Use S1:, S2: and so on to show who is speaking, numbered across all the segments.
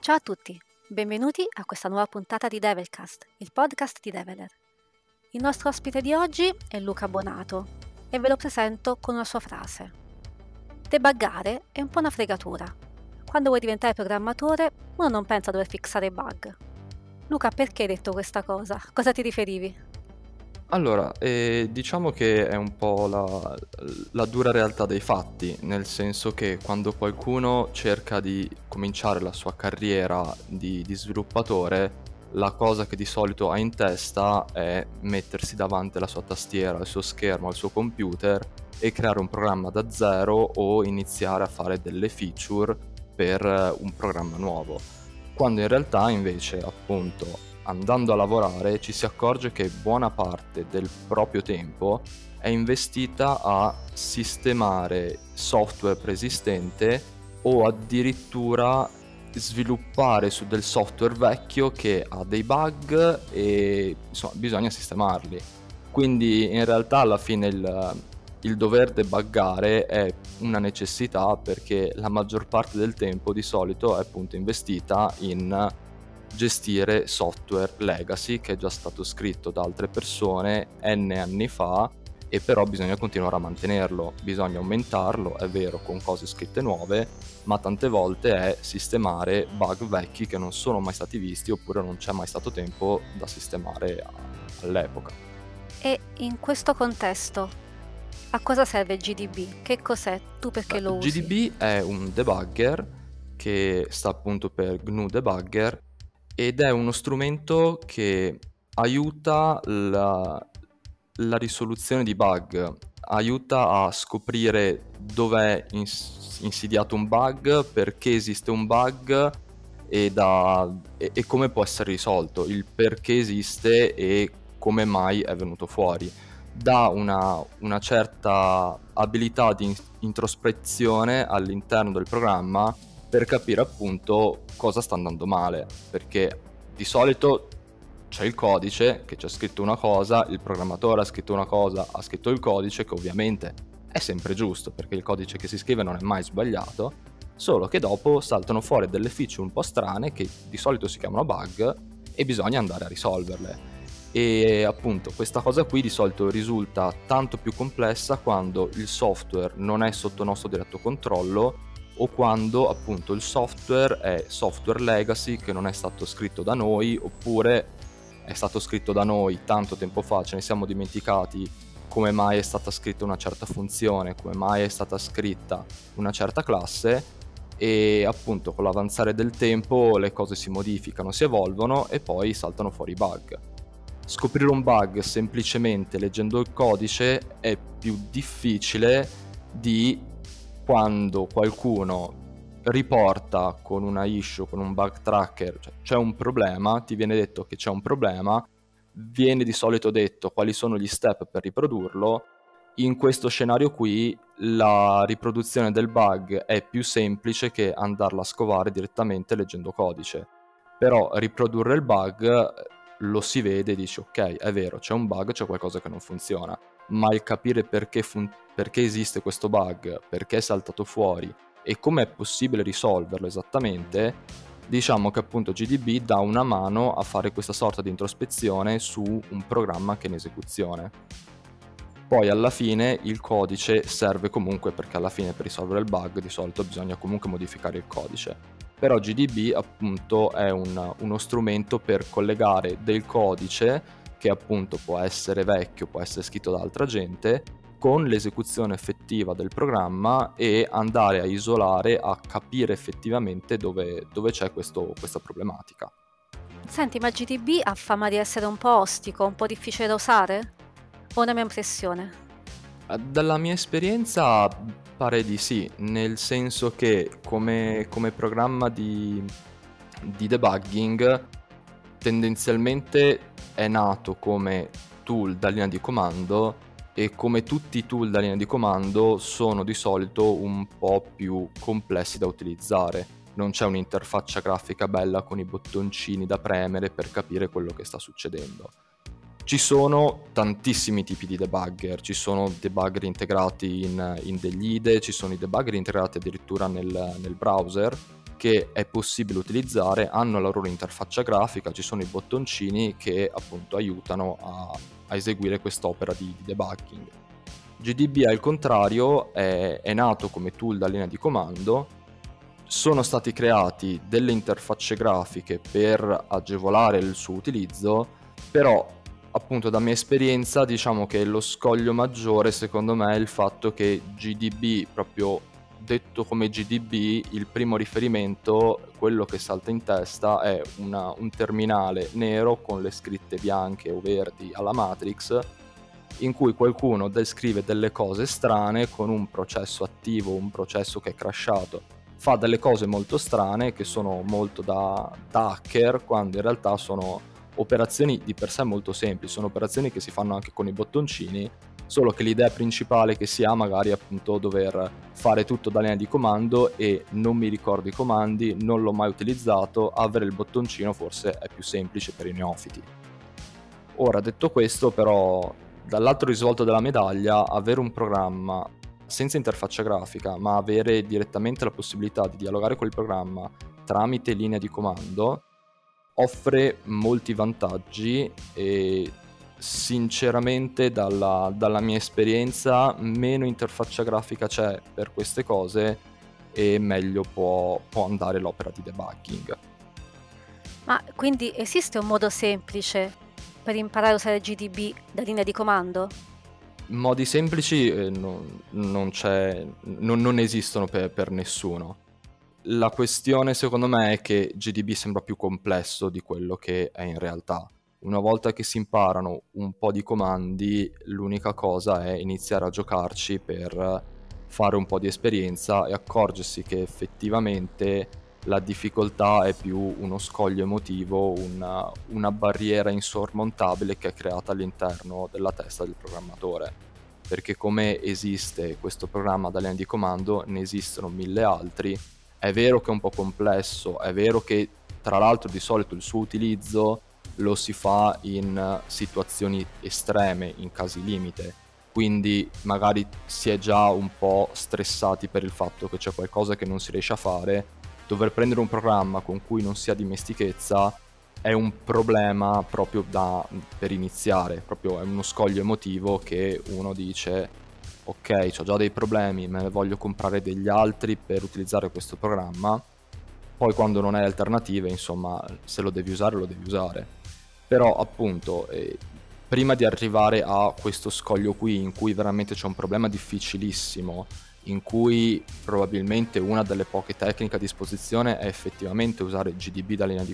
S1: Ciao a tutti, benvenuti a questa nuova puntata di Develcast, il podcast di Develer. Il nostro ospite di oggi è Luca Bonato e ve lo presento con una sua frase. Debuggare è un po' una fregatura. Quando vuoi diventare programmatore, uno non pensa a dover fissare bug. Luca, perché hai detto questa cosa? Cosa ti riferivi?
S2: Allora, diciamo che è un po' la dura realtà dei fatti, nel senso che quando qualcuno cerca di cominciare la sua carriera di sviluppatore, la cosa che di solito ha in testa è mettersi davanti alla sua tastiera, al suo schermo, al suo computer e creare un programma da zero o iniziare a fare delle feature per un programma nuovo. Quando in realtà invece, appunto, andando a lavorare ci si accorge che buona parte del proprio tempo è investita a sistemare software preesistente o addirittura sviluppare su del software vecchio che ha dei bug e insomma bisogna sistemarli. Quindi in realtà alla fine il dover debuggare è una necessità, perché la maggior parte del tempo di solito è appunto investita in gestire software legacy che è già stato scritto da altre persone n anni fa, e però bisogna continuare a mantenerlo, bisogna aumentarlo, è vero, con cose scritte nuove, ma tante volte è sistemare bug vecchi che non sono mai stati visti oppure non c'è mai stato tempo da sistemare all'epoca.
S1: E in questo contesto, a cosa serve GDB? Che cos'è? Tu perché lo usi?
S2: GDB è un debugger che sta appunto per GNU Debugger ed è uno strumento che aiuta la risoluzione di bug, aiuta a scoprire dov'è insidiato un bug, perché esiste un bug e come può essere risolto, il perché esiste e come mai è venuto fuori. Dà una certa abilità di introspezione all'interno del programma per capire appunto cosa sta andando male, perché di solito c'è il codice che c'è scritto una cosa, il programmatore ha scritto una cosa, ha scritto il codice che ovviamente è sempre giusto perché il codice che si scrive non è mai sbagliato, solo che dopo saltano fuori delle feature un po' strane che di solito si chiamano bug e bisogna andare a risolverle. E appunto questa cosa qui di solito risulta tanto più complessa quando il software non è sotto nostro diretto controllo o quando appunto il software è software legacy che non è stato scritto da noi, oppure è stato scritto da noi tanto tempo fa, ce ne siamo dimenticati come mai è stata scritta una certa funzione, come mai è stata scritta una certa classe, e appunto con l'avanzare del tempo le cose si modificano, si evolvono e poi saltano fuori i bug. Scoprire un bug semplicemente leggendo il codice è più difficile di quando qualcuno riporta con una issue, con un bug tracker, cioè c'è un problema, ti viene detto che c'è un problema, viene di solito detto quali sono gli step per riprodurlo. In questo scenario qui la riproduzione del bug è più semplice che andarla a scovare direttamente leggendo codice. Però riprodurre il bug lo si vede e dici ok, è vero, c'è un bug, c'è qualcosa che non funziona, ma il capire perché esiste questo bug, perché è saltato fuori e come è possibile risolverlo esattamente, diciamo che appunto GDB dà una mano a fare questa sorta di introspezione su un programma che è in esecuzione. Poi alla fine il codice serve comunque, perché alla fine per risolvere il bug di solito bisogna comunque modificare il codice. Però GDB appunto è uno strumento per collegare del codice, che appunto può essere vecchio, può essere scritto da altra gente, con l'esecuzione effettiva del programma e andare a isolare, a capire effettivamente dove c'è questa problematica.
S1: Senti, ma GDB ha fama di essere un po' ostico, un po' difficile da usare? O una mia impressione?
S2: Dalla mia esperienza pare di sì, nel senso che come programma di debugging tendenzialmente è nato come tool da linea di comando, e come tutti i tool da linea di comando sono di solito un po' più complessi da utilizzare. Non c'è un'interfaccia grafica bella con i bottoncini da premere per capire quello che sta succedendo. Ci sono tantissimi tipi di debugger, ci sono debugger integrati in degli IDE, ci sono i debugger integrati addirittura nel browser, che è possibile utilizzare, hanno la loro interfaccia grafica, ci sono i bottoncini che appunto aiutano a eseguire quest'opera di debugging. GDB al contrario è nato come tool da linea di comando, sono stati creati delle interfacce grafiche per agevolare il suo utilizzo, però appunto da mia esperienza diciamo che lo scoglio maggiore secondo me è il fatto che GDB, proprio detto come GDB, il primo riferimento, quello che salta in testa è un terminale nero con le scritte bianche o verdi alla Matrix, in cui qualcuno descrive delle cose strane con un processo attivo, un processo che è crashato, fa delle cose molto strane che sono molto da hacker, quando in realtà sono operazioni di per sé molto semplici, sono operazioni che si fanno anche con i bottoncini, solo che l'idea principale che si ha magari è appunto dover fare tutto da linea di comando e non mi ricordo i comandi, non l'ho mai utilizzato, avere il bottoncino forse è più semplice per i neofiti. Ora, detto questo, però, dall'altro risvolto della medaglia, avere un programma senza interfaccia grafica, ma avere direttamente la possibilità di dialogare con il programma tramite linea di comando, offre molti vantaggi e sinceramente dalla mia esperienza meno interfaccia grafica c'è per queste cose e meglio può andare l'opera di debugging.
S1: Ma quindi esiste un modo semplice per imparare a usare GDB da linea di comando?
S2: Modi semplici non esistono per nessuno. La questione secondo me è che GDB sembra più complesso di quello che è in realtà. Una volta che si imparano un po' di comandi, l'unica cosa è iniziare a giocarci per fare un po' di esperienza e accorgersi che effettivamente la difficoltà è più uno scoglio emotivo, una barriera insormontabile che è creata all'interno della testa del programmatore. Perché come esiste questo programma da linea di comando, ne esistono 1000 altri. È vero che è un po' complesso, è vero che tra l'altro di solito il suo utilizzo lo si fa in situazioni estreme, in casi limite, quindi magari si è già un po' stressati per il fatto che c'è qualcosa che non si riesce a fare. Dover prendere un programma con cui non si ha dimestichezza è un problema proprio per iniziare, proprio è uno scoglio emotivo che uno dice ok, ho già dei problemi, me ne voglio comprare degli altri per utilizzare questo programma, poi quando non hai alternative, insomma, se lo devi usare, lo devi usare. Però appunto, prima di arrivare a questo scoglio qui, in cui veramente c'è un problema difficilissimo, in cui probabilmente una delle poche tecniche a disposizione è effettivamente usare GDB da linea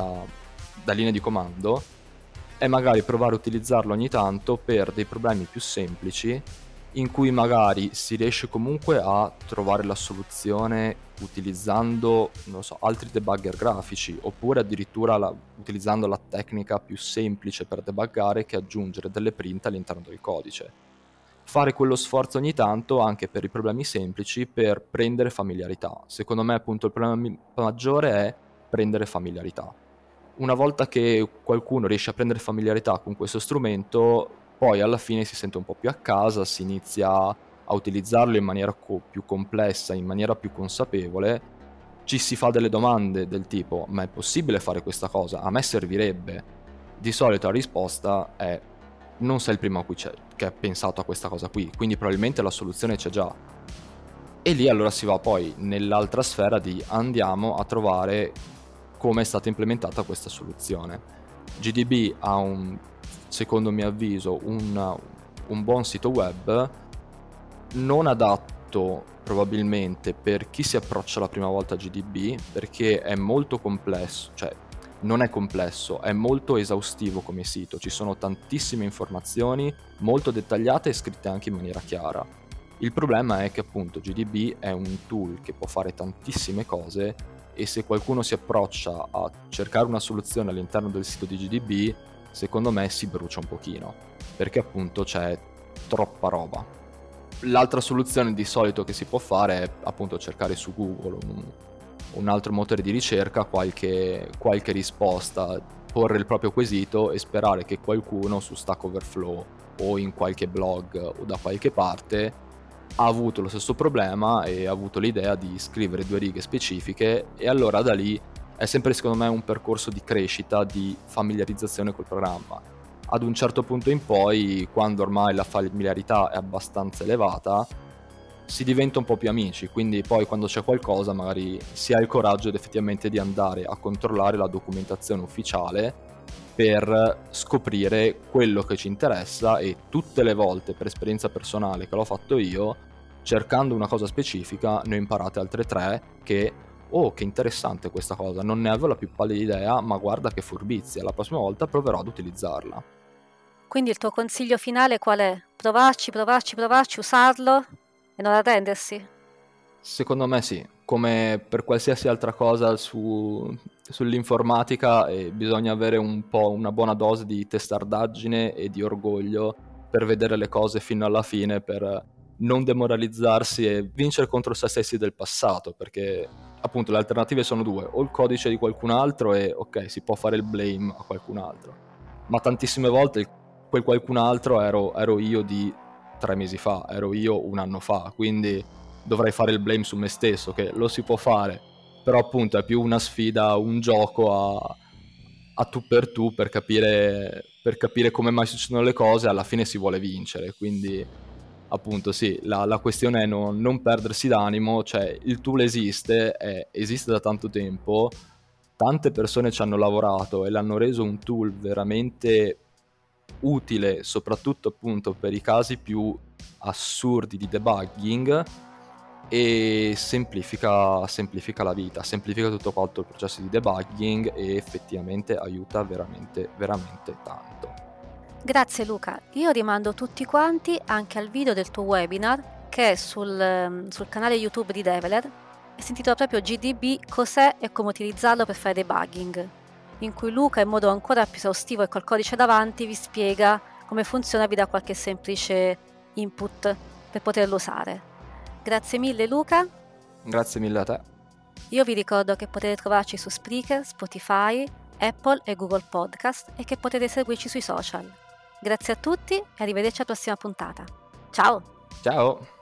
S2: di comando, e magari provare a utilizzarlo ogni tanto per dei problemi più semplici, in cui magari si riesce comunque a trovare la soluzione utilizzando, non so, altri debugger grafici, oppure addirittura utilizzando la tecnica più semplice per debuggare, che è aggiungere delle print all'interno del codice. Fare quello sforzo ogni tanto anche per i problemi semplici, per prendere familiarità. Secondo me appunto il problema maggiore è prendere familiarità. Una volta che qualcuno riesce a prendere familiarità con questo strumento, poi alla fine si sente un po' più a casa, si inizia a utilizzarlo in maniera più complessa, in maniera più consapevole, ci si fa delle domande del tipo: ma è possibile fare questa cosa? A me servirebbe. Di solito la risposta è: non sei il primo che ha pensato a questa cosa qui, quindi probabilmente la soluzione c'è già. E lì allora si va poi nell'altra sfera di andiamo a trovare come è stata implementata questa soluzione. GDB ha secondo mio avviso, un buon sito web, non adatto probabilmente per chi si approccia la prima volta a GDB, perché è molto complesso, cioè non è complesso, è molto esaustivo come sito, ci sono tantissime informazioni molto dettagliate e scritte anche in maniera chiara. Il problema è che appunto GDB è un tool che può fare tantissime cose, e se qualcuno si approccia a cercare una soluzione all'interno del sito di GDB, secondo me si brucia un pochino, perché appunto c'è troppa roba. L'altra soluzione di solito che si può fare è appunto cercare su Google, un altro motore di ricerca, qualche risposta, porre il proprio quesito e sperare che qualcuno su Stack Overflow o in qualche blog o da qualche parte ha avuto lo stesso problema e ha avuto l'idea di scrivere 2 righe specifiche, e allora da lì è sempre secondo me un percorso di crescita, di familiarizzazione col programma. Ad un certo punto in poi, quando ormai la familiarità è abbastanza elevata, si diventa un po' più amici, quindi poi quando c'è qualcosa magari si ha il coraggio effettivamente di andare a controllare la documentazione ufficiale per scoprire quello che ci interessa, e tutte le volte, per esperienza personale che l'ho fatto io, cercando una cosa specifica ne ho imparate altre 3 che "Oh, che interessante questa cosa, non ne avevo la più pallida idea, ma guarda che furbizia, la prossima volta proverò ad utilizzarla".
S1: Quindi il tuo consiglio finale qual è? Provarci, provarci, provarci, usarlo e non arrendersi?
S2: Secondo me sì, come per qualsiasi altra cosa sull'informatica, bisogna avere un po' una buona dose di testardaggine e di orgoglio per vedere le cose fino alla fine, per non demoralizzarsi e vincere contro se stessi del passato, perché appunto le alternative sono 2: o il codice di qualcun altro e ok, si può fare il blame a qualcun altro, ma tantissime volte quel qualcun altro ero io di 3 mesi fa, ero io un anno fa, quindi dovrei fare il blame su me stesso, che lo si può fare, però appunto è più una sfida, un gioco a tu per capire come mai succedono le cose. Alla fine si vuole vincere, quindi appunto sì, la questione è non perdersi d'animo, cioè il tool esiste da tanto tempo, tante persone ci hanno lavorato e l'hanno reso un tool veramente utile, soprattutto appunto per i casi più assurdi di debugging, e semplifica la vita, semplifica tutto quanto il processo di debugging e effettivamente aiuta veramente, veramente tanto.
S1: Grazie Luca, io rimando tutti quanti anche al video del tuo webinar che è sul canale YouTube di Develer, e si intitola proprio GDB, cos'è e come utilizzarlo per fare debugging, in cui Luca in modo ancora più esaustivo e col codice davanti vi spiega come funziona e vi dà qualche semplice input per poterlo usare. Grazie mille Luca.
S2: Grazie mille a te.
S1: Io vi ricordo che potete trovarci su Spreaker, Spotify, Apple e Google Podcast e che potete seguirci sui social. Grazie a tutti e arrivederci alla prossima puntata. Ciao!
S2: Ciao!